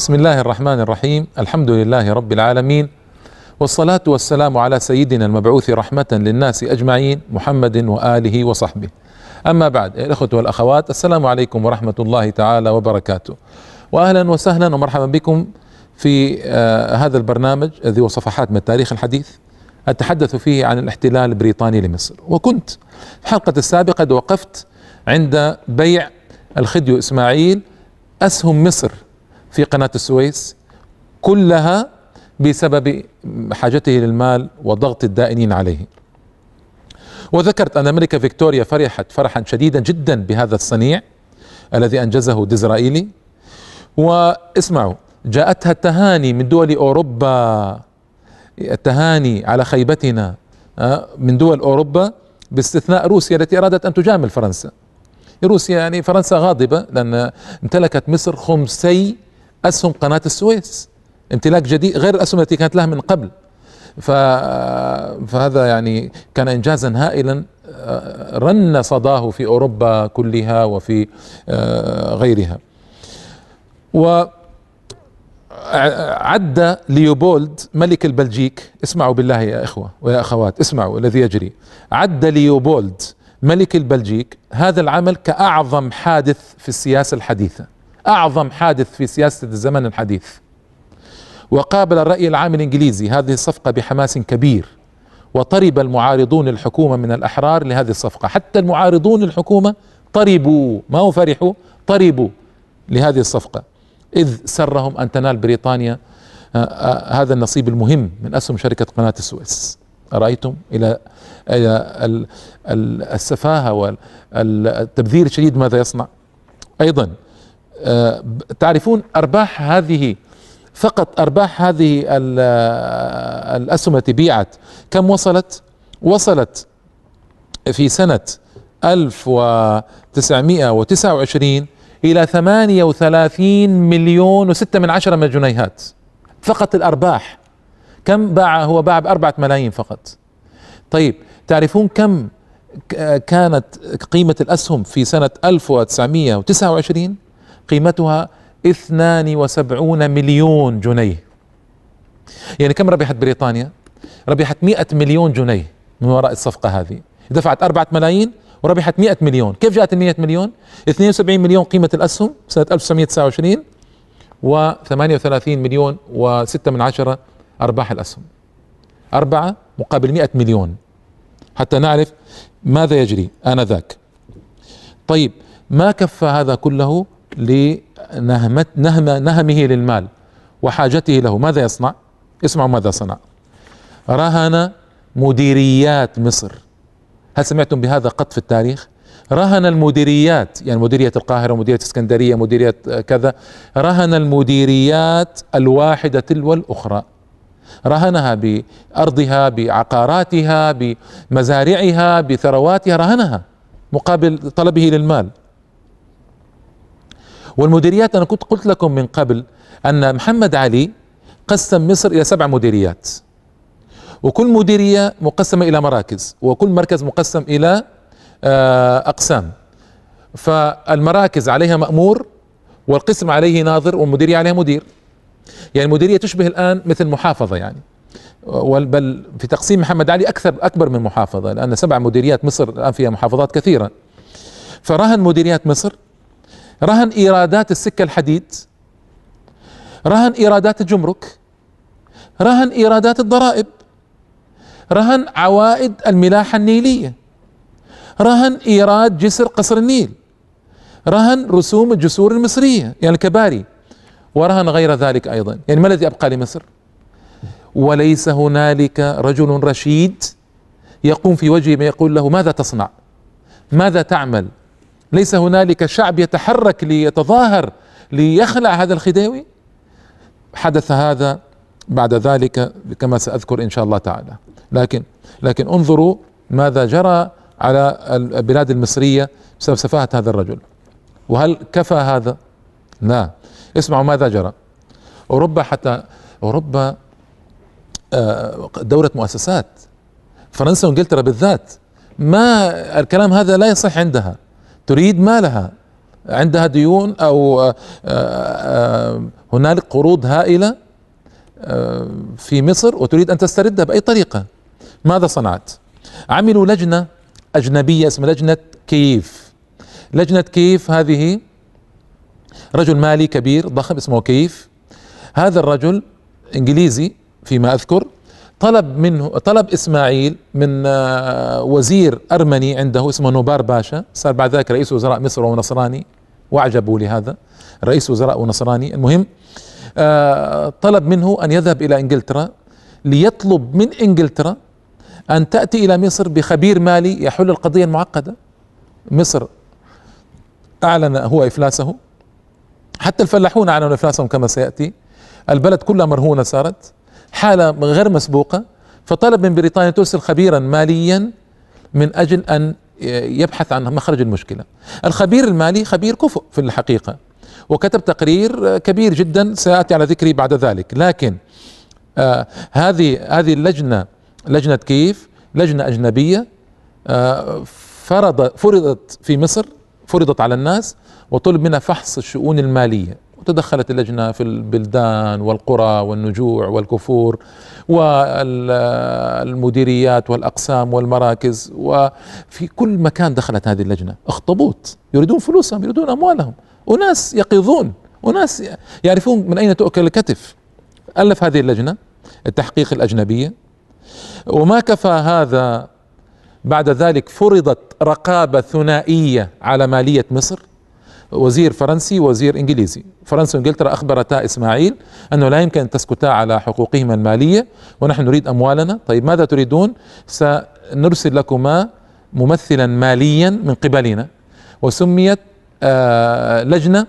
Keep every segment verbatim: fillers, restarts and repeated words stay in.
بسم الله الرحمن الرحيم. الحمد لله رب العالمين، والصلاة والسلام على سيدنا المبعوث رحمة للناس أجمعين، محمد وآله وصحبه. أما بعد، الأخوة والأخوات، السلام عليكم ورحمة الله تعالى وبركاته، وأهلا وسهلا ومرحبا بكم في آه هذا البرنامج الذي هو صفحات من التاريخ الحديث، أتحدث فيه عن الاحتلال البريطاني لمصر. وكنت في الحلقة السابقة قد وقفت عند بيع الخديو إسماعيل أسهم مصر في قناة السويس كلها بسبب حاجته للمال وضغط الدائنين عليه. وذكرت أن الملكة فيكتوريا فرحت فرحا شديدا جدا بهذا الصنيع الذي أنجزه ديزرائيلي. واسمعوا، جاءتها التهاني من دول أوروبا، التهاني على خيبتنا من دول أوروبا باستثناء روسيا التي أرادت أن تجامل فرنسا. روسيا يعني فرنسا غاضبة لأن امتلكت مصر خمسي أسهم قناة السويس، امتلاك جديد غير الأسهم التي كانت لها من قبل. فهذا يعني كان إنجازا هائلا رن صداه في أوروبا كلها وفي غيرها. وعد ليوبولد ملك البلجيك، اسمعوا بالله يا إخوة ويا أخوات، اسمعوا الذي يجري. عد ليوبولد ملك البلجيك هذا العمل كأعظم حادث في السياسة الحديثة، أعظم حادث في سياسة الزمن الحديث. وقابل الرأي العام الإنجليزي هذه الصفقة بحماس كبير، وطرب المعارضون الحكومة من الأحرار لهذه الصفقة. حتى المعارضون الحكومة طربوا، ما هو فرحوا، طربوا لهذه الصفقة، إذ سرهم أن تنال بريطانيا هذا النصيب المهم من أسهم شركة قناة السويس. أرأيتم إلى السفاهة والتبذير الشديد ماذا يصنع؟ أيضا تعرفون أرباح هذه، فقط أرباح هذه الأسهم التي بيعت كم وصلت؟ وصلت في سنة ألف وتسعمائة وتسعة وعشرين إلى ثمانية وثلاثين مليون وستة من عشرة من الجنيهات. فقط الأرباح كم باع؟ هو باع بأربعة ملايين فقط. طيب تعرفون كم كانت قيمة الأسهم في سنة ألف وتسعمائة وتسعة وعشرين؟ قيمتها اثنان وسبعون مليون جنيه. يعني كم ربحت بريطانيا؟ ربحت مئة مليون جنيه من وراء الصفقة هذه. دفعت أربعة ملايين وربحت مئة مليون. كيف جاءت المئة مليون؟ اثنين وسبعين مليون قيمة الأسهم سنة ألف وتسعمائة وتسعة وعشرين، وثمانية وثلاثين مليون وستة من عشرة أرباح الأسهم. أربعة مقابل مئة مليون، حتى نعرف ماذا يجري آنذاك. طيب ما كفى هذا كله لنهمة نهم نهمه للمال وحاجته له، ماذا يصنع؟ اسمعوا ماذا صنع. رهن مديريات مصر. هل سمعتم بهذا قط في التاريخ؟ رهن المديريات، يعني مديرية القاهرة ومديرية اسكندرية مديرية كذا، رهن المديريات الواحدة تلو الأخرى، رهنها بأرضها، بعقاراتها، بمزارعها، بثرواتها، رهنها مقابل طلبه للمال. والمديريات أنا كنت قلت لكم من قبل أن محمد علي قسم مصر إلى سبع مديريات، وكل مديرية مقسمة إلى مراكز، وكل مركز مقسم إلى أقسام. فالمراكز عليها مأمور، والقسم عليه ناظر، والمديرية عليها مدير. يعني المديرية تشبه الآن مثل محافظة يعني، بل في تقسيم محمد علي أكثر أكبر من محافظة، لأن سبع مديريات مصر الآن فيها محافظات كثيرة. فرهن مديريات مصر، رهن إيرادات السكة الحديد، رهن إيرادات الجمرك، رهن إيرادات الضرائب، رهن عوائد الملاحة النيلية، رهن إيراد جسر قصر النيل، رهن رسوم الجسور المصرية يعني الكباري، ورهن غير ذلك أيضا. يعني ما الذي أبقى لمصر؟ وليس هنالك رجل رشيد يقوم في وجهه ما يقول له ماذا تصنع؟ ماذا تعمل؟ ليس هنالك شعب يتحرك ليتظاهر ليخلع هذا الخديوي. حدث هذا بعد ذلك كما سأذكر إن شاء الله تعالى. لكن لكن انظروا ماذا جرى على البلاد المصرية بسبب سفاهة هذا الرجل. وهل كفى هذا؟ لا. اسمعوا ماذا جرى. أوروبا، حتى أوروبا دولة مؤسسات، فرنسا وانجلترا بالذات، ما الكلام هذا لا يصح عندها، تريد مالها، عندها ديون أو هنالك قروض هائلة في مصر وتريد أن تستردها بأي طريقة. ماذا صنعت؟ عملوا لجنة أجنبية اسمها لجنة كييف. لجنة كييف هذه رجل مالي كبير ضخم اسمه كييف. هذا الرجل إنجليزي فيما أذكر، طلب منه طلب إسماعيل من وزير أرمني عنده اسمه نوبار باشا، صار بعد ذلك رئيس وزراء مصر ونصراني، وأعجبوا لهذا رئيس وزراء ونصراني. المهم طلب منه أن يذهب إلى إنجلترا ليطلب من إنجلترا أن تأتي إلى مصر بخبير مالي يحل القضية المعقدة. مصر أعلن هو إفلاسه، حتى الفلاحون أعلنوا إفلاسهم كما سيأتي، البلد كلها مرهونة صارت، حالة غير مسبوقة. فطلب من بريطانيا ترسل خبيرا ماليا من أجل أن يبحث عن مخرج المشكلة. الخبير المالي خبير كفؤ في الحقيقة، وكتب تقرير كبير جدا سيأتي على ذكري بعد ذلك. لكن آه هذه هذه اللجنة، لجنة كييف، لجنة أجنبية آه فرض فرضت في مصر، فرضت على الناس، وطلب منها فحص الشؤون المالية. وتدخلت اللجنة في البلدان والقرى والنجوع والكفور والمديريات والأقسام والمراكز، وفي كل مكان دخلت هذه اللجنة. اخطبوط، يريدون فلوسهم، يريدون أموالهم، وناس يقظون، وناس يعرفون من أين تؤكل الكتف. ألف هذه اللجنة التحقيق الأجنبية. وما كفى هذا، بعد ذلك فرضت رقابة ثنائية على مالية مصر، وزير فرنسي ووزير انجليزي. فرنسا وانجلترا اخبرتا اسماعيل انه لا يمكن ان تسكتا على حقوقهما الماليه، ونحن نريد اموالنا. طيب ماذا تريدون؟ سنرسل لكما ممثلا ماليا من قبلنا. وسميت آه لجنه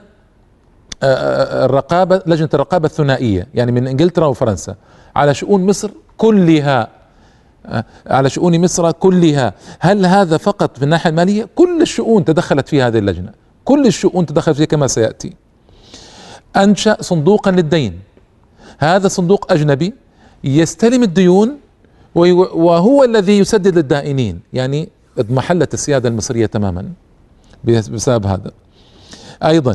آه الرقابه، لجنه الرقابه الثنائيه، يعني من انجلترا وفرنسا على شؤون مصر كلها، آه على شؤون مصر كلها. هل هذا فقط في الناحيه الماليه؟ كل الشؤون تدخلت في هذه اللجنه، كل الشؤون تدخل فيها كما سيأتي. أنشأ صندوقا للدين، هذا صندوق أجنبي يستلم الديون وهو الذي يسدد للدائنين، يعني اضمحلت السيادة المصرية تماما بسبب هذا. أيضا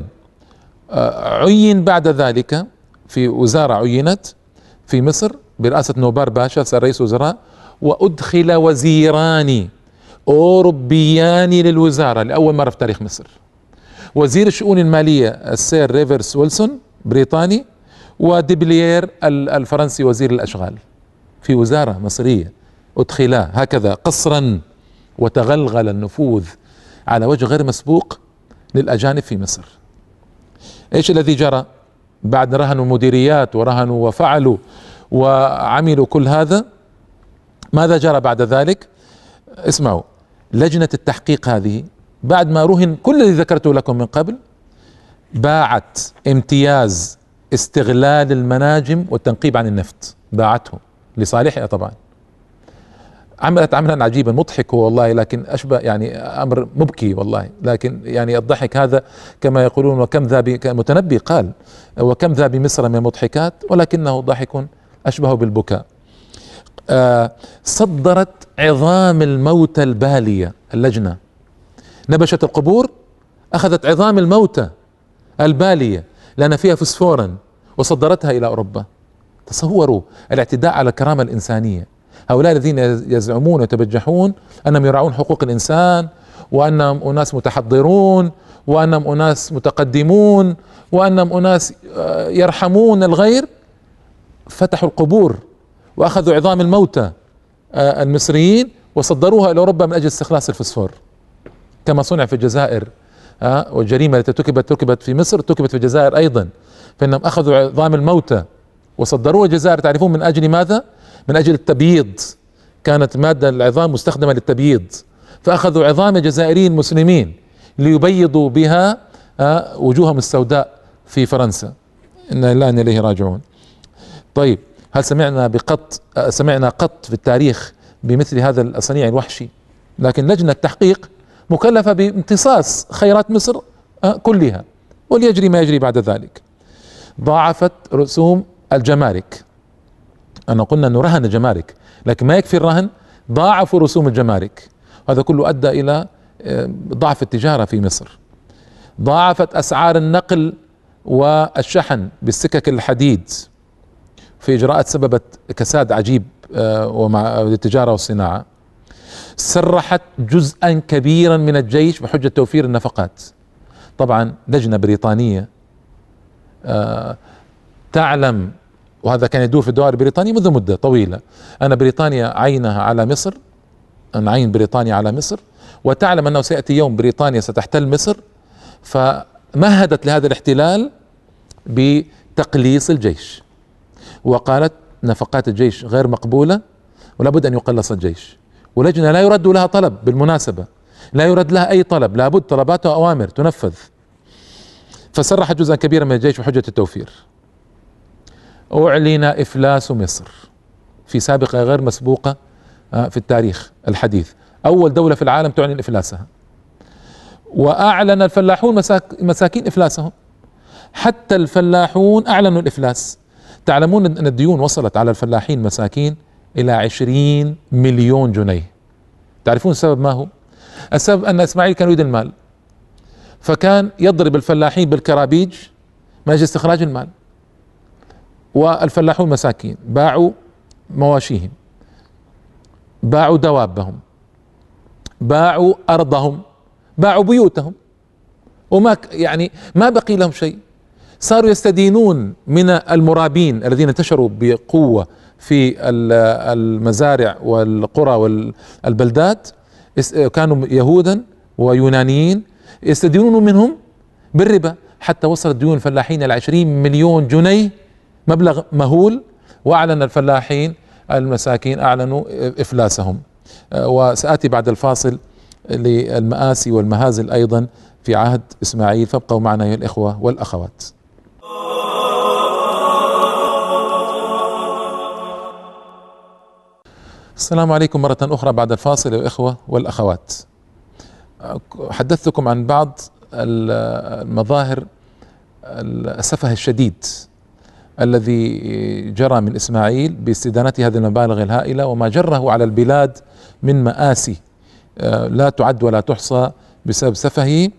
عين بعد ذلك في وزارة عينت في مصر برئاسة نوبار باشا، صار رئيس وزراء، وأدخل وزيران أوروبيان للوزارة لأول مرة في تاريخ مصر. وزير الشؤون المالية السير ريفرس ويلسون بريطاني، وديبليير الفرنسي وزير الأشغال، في وزارة مصرية أدخلا هكذا قصرا. وتغلغل النفوذ على وجه غير مسبوق للأجانب في مصر. ايش الذي جرى بعد رهنوا مديريات ورهنوا وفعلوا وعملوا كل هذا؟ ماذا جرى بعد ذلك؟ اسمعوا. لجنة التحقيق هذه بعد ما رهن كل الذي ذكرته لكم من قبل، باعت امتياز استغلال المناجم والتنقيب عن النفط، باعته لصالحها طبعا. عملت عملا عجيبا مضحك هو والله، لكن اشبه يعني امر مبكي والله. لكن يعني الضحك هذا كما يقولون، وكم ذا المتنبي قال وكم ذا بمصر من المضحكات، ولكنه ضحك اشبه بالبكاء. آه صدرت عظام الموتى البالية. اللجنة نبشت القبور، أخذت عظام الموتى البالية لأن فيها فسفورا وصدرتها إلى أوروبا. تصوروا الاعتداء على الكرامة الإنسانية. هؤلاء الذين يزعمون ويتبجحون أنهم يراعون حقوق الإنسان، وأنهم أناس متحضرون، وأنهم أناس متقدمون، وأنهم أناس يرحمون الغير، فتحوا القبور وأخذوا عظام الموتى المصريين وصدروها إلى أوروبا من أجل استخلاص الفسفور، كما صنع في الجزائر. أه والجريمة التي ارتكبت ارتكبت في مصر ارتكبت في الجزائر أيضا، فإنهم أخذوا عظام الموتى وصدروها الجزائر. تعرفون من أجل ماذا؟ من أجل التبييض، كانت مادة العظام مستخدمة للتبييض، فأخذوا عظام جزائريين مسلمين ليبيضوا بها أه وجوههم السوداء في فرنسا. إنا لله وإنا إليه راجعون. طيب هل سمعنا بقط سمعنا قط في التاريخ بمثل هذا الصنيع الوحشي؟ لكن لجنة تحقيق مكلفة بامتصاص خيرات مصر كلها، وليجري ما يجري بعد ذلك. ضاعفت رسوم الجمارك. أنا قلنا أنه رهن الجمارك، لكن ما يكفي الرهن، ضاعفوا رسوم الجمارك. هذا كله أدى إلى ضعف التجارة في مصر. ضاعفت أسعار النقل والشحن بالسكك الحديد في إجراءات سببت كساد عجيب ومع التجارة والصناعة، سرحت جزءا كبيرا من الجيش بحجة توفير النفقات. طبعا لجنة بريطانية تعلم، وهذا كان يدور في الدوائر البريطانية منذ مدة طويلة، أن بريطانيا عينها على مصر، أن عين بريطانيا على مصر، وتعلم أنه سيأتي يوم بريطانيا ستحتل مصر، فمهدت لهذا الاحتلال بتقليص الجيش، وقالت نفقات الجيش غير مقبولة ولا بد أن يقلص الجيش. ولجنة لا يرد لها طلب، بالمناسبة لا يرد لها أي طلب، لابد طلباتها أوامر تنفذ. فسرح جزءا كبيرا من الجيش بحجة التوفير. أعلن إفلاس مصر في سابقة غير مسبوقة في التاريخ الحديث، أول دولة في العالم تعلن إفلاسها. وأعلن الفلاحون مساكين إفلاسهم، حتى الفلاحون أعلنوا الإفلاس. تعلمون أن الديون وصلت على الفلاحين مساكين إلى عشرين مليون جنيه. تعرفون السبب ما هو؟ السبب أن إسماعيل كان يريد المال، فكان يضرب الفلاحين بالكرابيج من أجل استخراج المال، والفلاحون مساكين باعوا مواشيهم، باعوا دوابهم، باعوا أرضهم، باعوا بيوتهم، وما يعني ما بقي لهم شيء. صاروا يستدينون من المرابين الذين انتشروا بقوة في المزارع والقرى والبلدات، كانوا يهودا ويونانيين، يستدينون منهم بالربا، حتى وصلت ديون الفلاحين إلى عشرين مليون جنيه، مبلغ مهول. وأعلن الفلاحين المساكين أعلنوا إفلاسهم. وسآتي بعد الفاصل للمآسي والمهازل أيضا في عهد إسماعيل، فابقوا معنا يا الإخوة والأخوات. السلام عليكم مرة أخرى بعد الفاصل يا الإخوة والأخوات. حدثتكم عن بعض المظاهر السفه الشديد الذي جرى من إسماعيل باستدانة هذه المبالغ الهائلة، وما جره على البلاد من مآسي لا تعد ولا تحصى بسبب سفهه.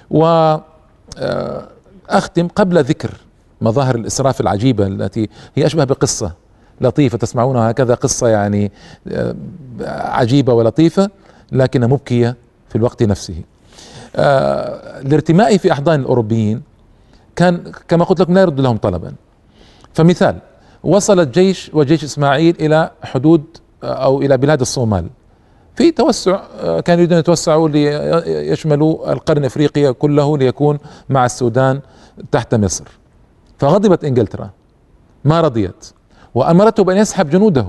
وأختم قبل ذكر مظاهر الإسراف العجيبة التي هي أشبه بقصة لطيفة تسمعونها هكذا، قصة يعني عجيبة ولطيفة لكن مبكية في الوقت نفسه. الارتماء في أحضان الأوروبيين كان كما قلت لكم لا يرد لهم طلبا. فمثال، وصل الجيش وجيش إسماعيل إلى حدود أو إلى بلاد الصومال في توسع، كانوا يريدون يتوسعوا ليشملوا القرن إفريقيا كله ليكون مع السودان تحت مصر. فغضبت إنجلترا، ما رضيت، وأمرته بأن يسحب جنوده،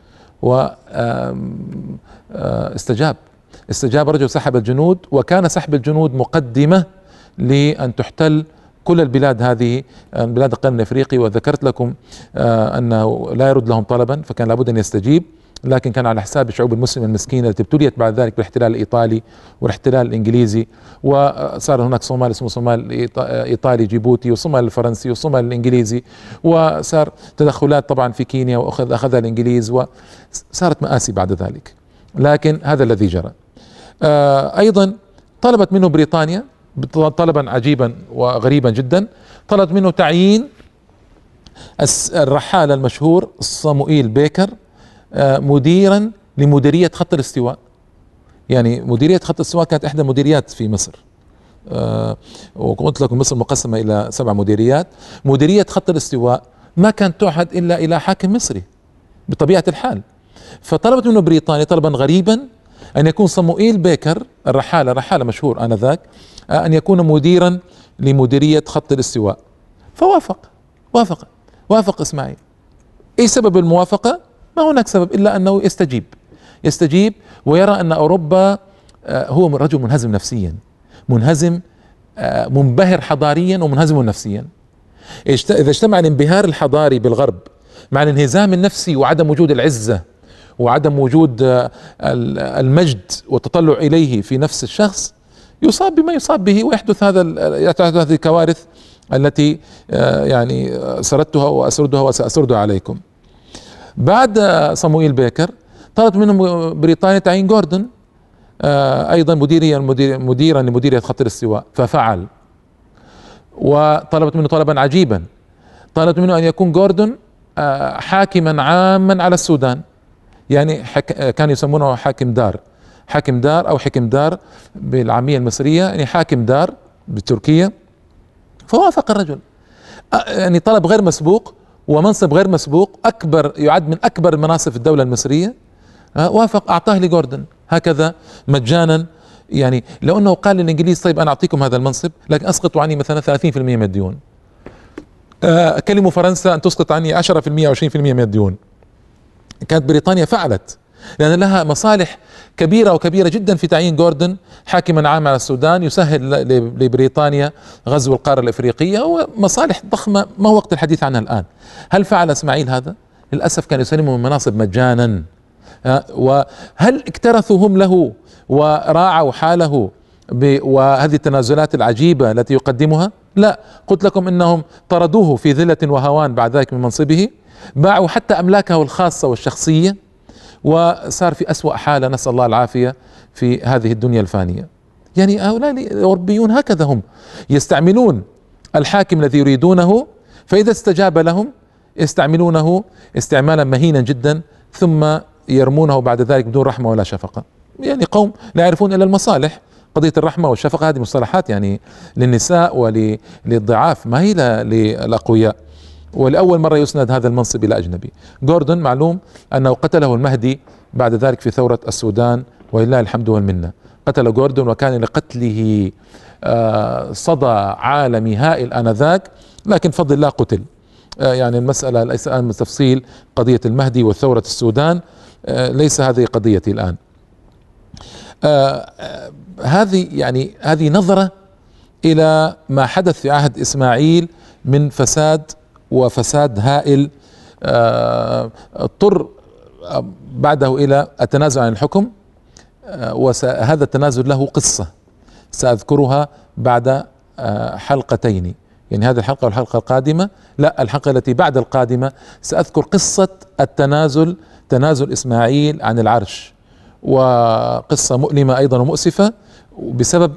واستجاب استجاب رجل سحب الجنود، وكان سحب الجنود مقدمة لأن تحتل كل البلاد هذه بلاد القرن الافريقي. وذكرت لكم انه لا يرد لهم طلبا، فكان لابد ان يستجيب، لكن كان على حساب الشعوب المسلمه المسكينه التي ابتليت بعد ذلك بالاحتلال الايطالي والاحتلال الانجليزي، وصار هناك صومال اسمه صومال ايطالي جيبوتي، وصومال الفرنسي، وصومال الانجليزي، وصار تدخلات طبعا في كينيا واخذ اخذها الانجليز، وصارت مآسي بعد ذلك. لكن هذا الذي جرى. ايضا طلبت منه بريطانيا طلبا عجيبا وغريبا جدا، طلبت منه تعيين الرحالة المشهور صموئيل بيكر مديرا لمديرية خط الاستواء. يعني مديرية خط الاستواء كانت احدى المديريات في مصر، وقلت لكم مصر مقسمة الى سبع مديريات. مديرية خط الاستواء ما كانت تعهد الا الى حاكم مصري بطبيعة الحال. فطلبت منه بريطانيا طلبا غريبا أن يكون صموئيل بيكر الرحالة رحالة مشهور آنذاك أن يكون مديرا لمديرية خط الاستواء. فوافق وافق وافق إسماعيل. أي سبب الموافقة؟ ما هناك سبب إلا أنه يستجيب يستجيب ويرى أن أوروبا هو رجل منهزم نفسيا، منهزم منبهر حضاريا ومنهزم نفسيا. إذا اجتمع الانبهار الحضاري بالغرب مع الانهزام النفسي وعدم وجود العزة وعدم وجود المجد والتطلع إليه في نفس الشخص، يصاب بما يصاب به ويحدث هذا يحدث هذه الكوارث التي يعني سردتها وأسردها وسأسردها عليكم. بعد صموئيل بيكر طلبت منهم بريطانيا تعيين جوردن أيضا مديريا مديرا لمديرية خط الاستواء، ففعل. وطلبت منه طلبا عجيبا، طلبت منه أن يكون جوردون حاكما عاما على السودان، يعني كانوا يسمونه حاكم دار، حاكم دار أو حكم دار بالعامية المصرية، يعني حاكم دار بالتركية. فوافق الرجل، يعني طلب غير مسبوق ومنصب غير مسبوق، أكبر يعد من أكبر المناصب في الدولة المصرية، وافق، أعطاه لجوردون هكذا مجانا. يعني لو أنه قال للإنجليز طيب أنا أعطيكم هذا المنصب لكن أسقطوا عني مثلا ثلاثين بالمئة من الديون، كلموا فرنسا أن تسقط عني عشرة بالمئة أو عشرين بالمئة من الديون، كانت بريطانيا فعلت، لأن لها مصالح كبيرة وكبيرة جدا في تعيين جوردون حاكما عاما على السودان، يسهل لبريطانيا غزو القارة الإفريقية، ومصالح ضخمة ما هو وقت الحديث عنها الآن. هل فعل إسماعيل هذا؟ للأسف كان يسلمهم المناصب مجانا. وهل اكترثوا هم له وراعوا حاله وهذه التنازلات العجيبة التي يقدمها؟ لا، قلت لكم إنهم طردوه في ذلة وهوان بعد ذلك من منصبه، باعوا حتى أملاكه الخاصة والشخصية، وصار في أسوأ حالة نسأل الله العافية في هذه الدنيا الفانية. يعني هؤلاء الأوروبيون هكذا هم يستعملون الحاكم الذي يريدونه، فإذا استجاب لهم يستعملونه استعمالا مهينا جدا، ثم يرمونه بعد ذلك بدون رحمة ولا شفقة. يعني قوم لا يعرفون إلا المصالح. قضية الرحمة والشفقة هذه مصطلحات يعني للنساء وللضعاف، ما هي للأقوياء. ولأول مرة يسند هذا المنصب إلى أجنبي. جوردون معلوم أنه قتله المهدي بعد ذلك في ثورة السودان، ولله الحمد والمنة. قتل جوردون، وكان لقتله صدى عالمي هائل آنذاك، لكن بفضل الله قتل. يعني المسألة ليس الآن من تفصيل قضية المهدي وثورة السودان، ليس هذه قضيتي الآن. هذه يعني هذه نظرة إلى ما حدث في عهد إسماعيل من فساد، وفساد هائل اضطر بعده إلى التنازل عن الحكم. وهذا التنازل له قصة سأذكرها بعد حلقتين، يعني هذه الحلقة والحلقة القادمة، لا الحلقة التي بعد القادمة سأذكر قصة التنازل، تنازل إسماعيل عن العرش، وقصة مؤلمة أيضا ومؤسفة بسبب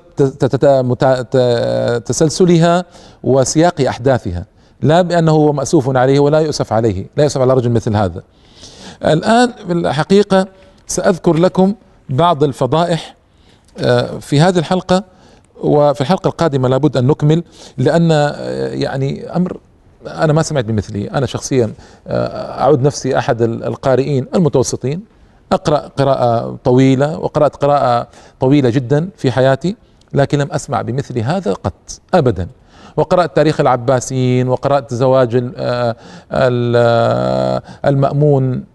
تسلسلها وسياق أحداثها، لا بأنه هو مأسوف عليه ولا يؤسف عليه، لا يؤسف على رجل مثل هذا. الآن في الحقيقة سأذكر لكم بعض الفضائح في هذه الحلقة، وفي الحلقة القادمة لابد أن نكمل، لأن يعني أمر أنا ما سمعت بمثله. أنا شخصيا أعود نفسي أحد القارئين المتوسطين، أقرأ قراءة طويلة، وقرأت قراءة طويلة جدا في حياتي، لكن لم أسمع بمثل هذا قط أبدا. وقرأت تاريخ العباسيين، وقرأت زواج المأمون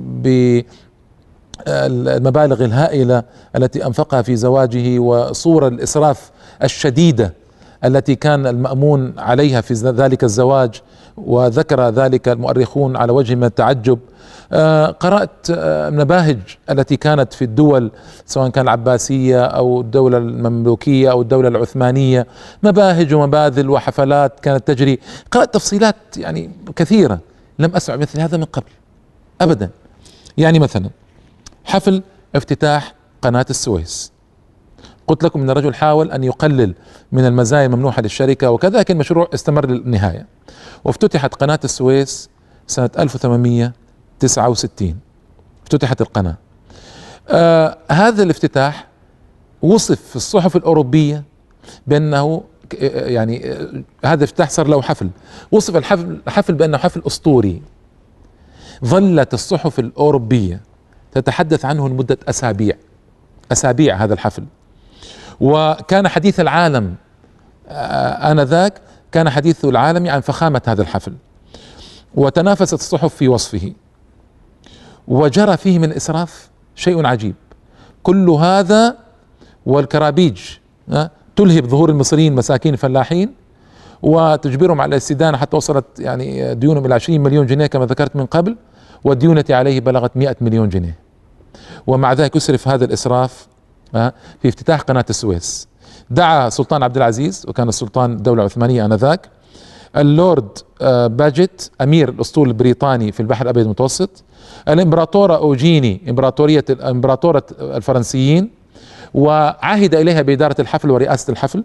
بالمبالغ الهائلة التي أنفقها في زواجه، وصور الإسراف الشديدة التي كان المأمون عليها في ذلك الزواج، وذكر ذلك المؤرخون على وجه من التعجب. قرأت المباهج التي كانت في الدول، سواء كان العباسية أو الدولة المملوكية أو الدولة العثمانية، مباهج ومباذل وحفلات كانت تجري. قرأت تفصيلات يعني كثيرة، لم أسمع مثل هذا من قبل أبدا. يعني مثلا حفل افتتاح قناة السويس، قلت لكم ان الرجل حاول ان يقلل من المزايا الممنوحة للشركة وكذا، لكن المشروع استمر للنهاية، وافتتحت قناة السويس سنة ألف وثمانمئة وتسعة وستين، افتتحت القناة. آه هذا الافتتاح وصف في الصحف الأوروبية بأنه يعني آه هذا الافتتاح صار له حفل، وصف الحفل, الحفل بأنه حفل أسطوري. ظلت الصحف الأوروبية تتحدث عنه لمدة أسابيع أسابيع هذا الحفل، وكان حديث العالم آنذاك، كان حديث العالم عن فخامة هذا الحفل، وتنافست الصحف في وصفه، وجرى فيه من الإسراف شيء عجيب. كل هذا والكرابيج تلهب ظهور المصريين مساكين فلاحين، وتجبرهم على الاستدانة حتى وصلت يعني ديونهم إلى عشرين مليون جنيه كما ذكرت من قبل، والديونة عليه بلغت مئة مليون جنيه. ومع ذلك يسرف هذا الإسراف في افتتاح قناة السويس. دعا سلطان عبد العزيز، وكان السلطان الدولة العثمانية آنذاك، اللورد باجت أمير الأسطول البريطاني في البحر الأبيض المتوسط، الإمبراطورة أوجيني إمبراطورية إمبراطورة الفرنسيين، وعهد إليها بإدارة الحفل ورئاسة الحفل.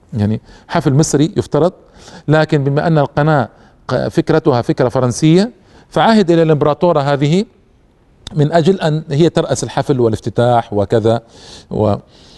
يعني حفل مصري يفترض، لكن بما أن القناة فكرتها فكرة فرنسية، فعهد إلى الإمبراطورة هذه من أجل أن هي ترأس الحفل والافتتاح وكذا. و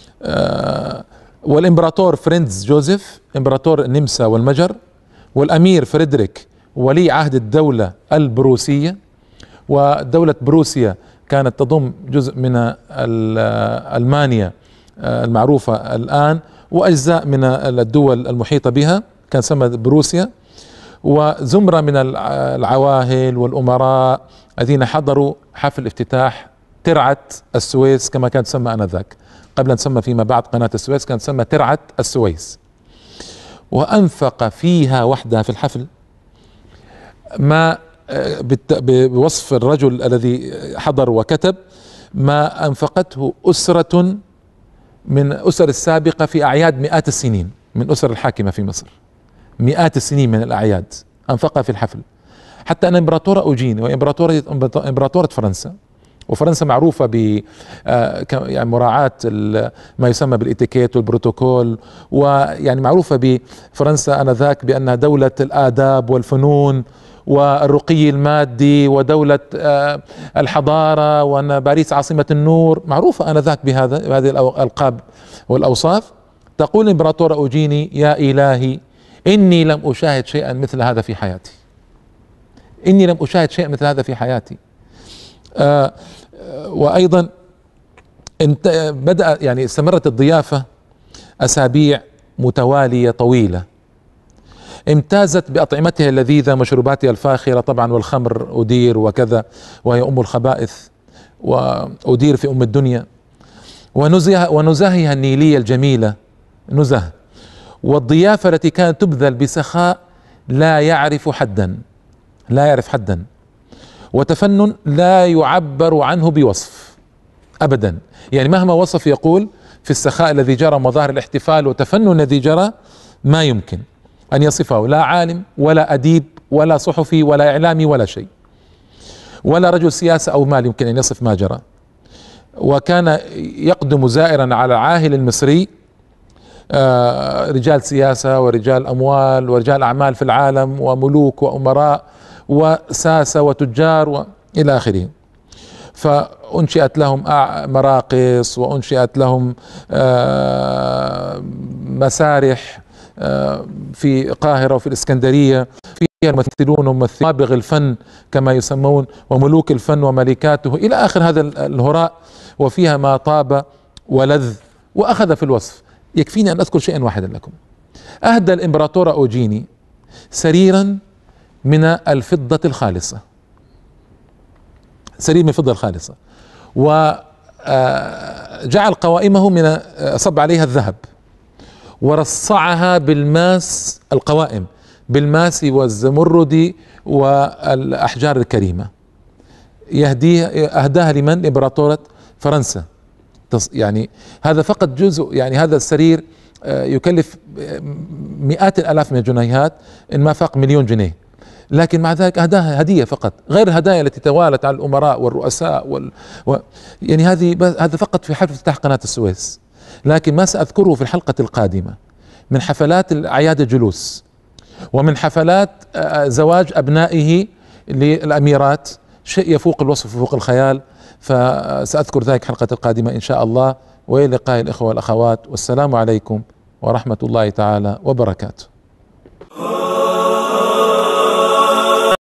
آه والإمبراطور فرينتز جوزيف إمبراطور النمسا والمجر، والأمير فريدريك ولي عهد الدولة البروسية. ودولة بروسيا كانت تضم جزء من ألمانيا المعروفة الآن وأجزاء من الدول المحيطة بها، كان سمى بروسيا. وزمرة من العواهل والأمراء الذين حضروا حفل افتتاح ترعة السويس كما كانت تسمى آنذاك، قبل أن تسمى فيما بعد قناة السويس كانت تسمى ترعة السويس. وأنفق فيها وحدها في الحفل ما بوصف الرجل الذي حضر وكتب ما أنفقته أسرة من أسر السابقة في أعياد مئات السنين من أسر الحاكمة في مصر، مئات السنين من الأعياد أنفقها في الحفل. حتى أن إمبراطورة أوجين وإمبراطورة إمبراطورة فرنسا، وفرنسا معروفة ب يعني مراعاة ما يسمى بالإتيكيت والبروتوكول، ويعني معروفة بفرنسا آنذاك بأنها دولة الآداب والفنون والرقي المادي ودولة الحضارة، وأن باريس عاصمة النور، معروفة آنذاك بهذا بهذه الألقاب والأوصاف. تقول الإمبراطورة أوجيني: يا إلهي إني لم أشاهد شيئا مثل هذا في حياتي، إني لم أشاهد شيئا مثل هذا في حياتي. آه وأيضا انت بدأ يعني استمرت الضيافة أسابيع متوالية طويلة، امتازت بأطعمتها اللذيذة، مشروباتها الفاخرة طبعا، والخمر أدير وكذا، وهي أم الخبائث، وأدير في أم الدنيا، ونزه ونزهها النيلية الجميلة نزه، والضيافة التي كانت تبذل بسخاء لا يعرف حدا، لا يعرف حدا، وتفنن لا يعبر عنه بوصف أبدا. يعني مهما وصف يقول في السخاء الذي جرى، مظاهر الاحتفال والتفنن الذي جرى، ما يمكن أن يصفه لا عالم ولا أديب ولا صحفي ولا إعلامي ولا شيء، ولا رجل سياسة أو مال يمكن أن يصف ما جرى. وكان يقدم زائرا على العاهل المصري رجال سياسة ورجال أموال ورجال أعمال في العالم وملوك وأمراء وساسة وتجار وإلى آخره. فأنشئت لهم مراقص، وأنشئت لهم مسارح في القاهرة وفي الإسكندرية فيها الممثلون وممثلابغ الفن كما يسمون، وملوك الفن وملكاته إلى آخر هذا الهراء، وفيها ما طاب ولذ. وأخذ في الوصف، يكفيني أن أذكر شيئا واحدا لكم. أهدى الإمبراطورة أوجيني سريرا من الفضة الخالصة، سرير من الفضة الخالصة، وجعل قوائمه من صب عليها الذهب، ورصعها بالماس، القوائم بالماس والزمرد والأحجار الكريمة. يهديها أهداها لمن؟ إمبراطورة فرنسا. يعني هذا فقط جزء، يعني هذا السرير يكلف مئات الآلاف من الجنيهات إن ما فاق مليون جنيه، لكن مع ذلك أهداها هدية فقط، غير الهدايا التي توالت على الأمراء والرؤساء وال... و... يعني هذه هذا فقط في حفل افتتاح قناة السويس. لكن ما سأذكره في الحلقة القادمة من حفلات أعياد الجلوس، ومن حفلات زواج أبنائه للأميرات، شيء يفوق الوصف وفوق الخيال. فسأذكر ذلك الحلقة القادمة إن شاء الله. وإلى لقاء الإخوة والأخوات، والسلام عليكم ورحمة الله تعالى وبركاته.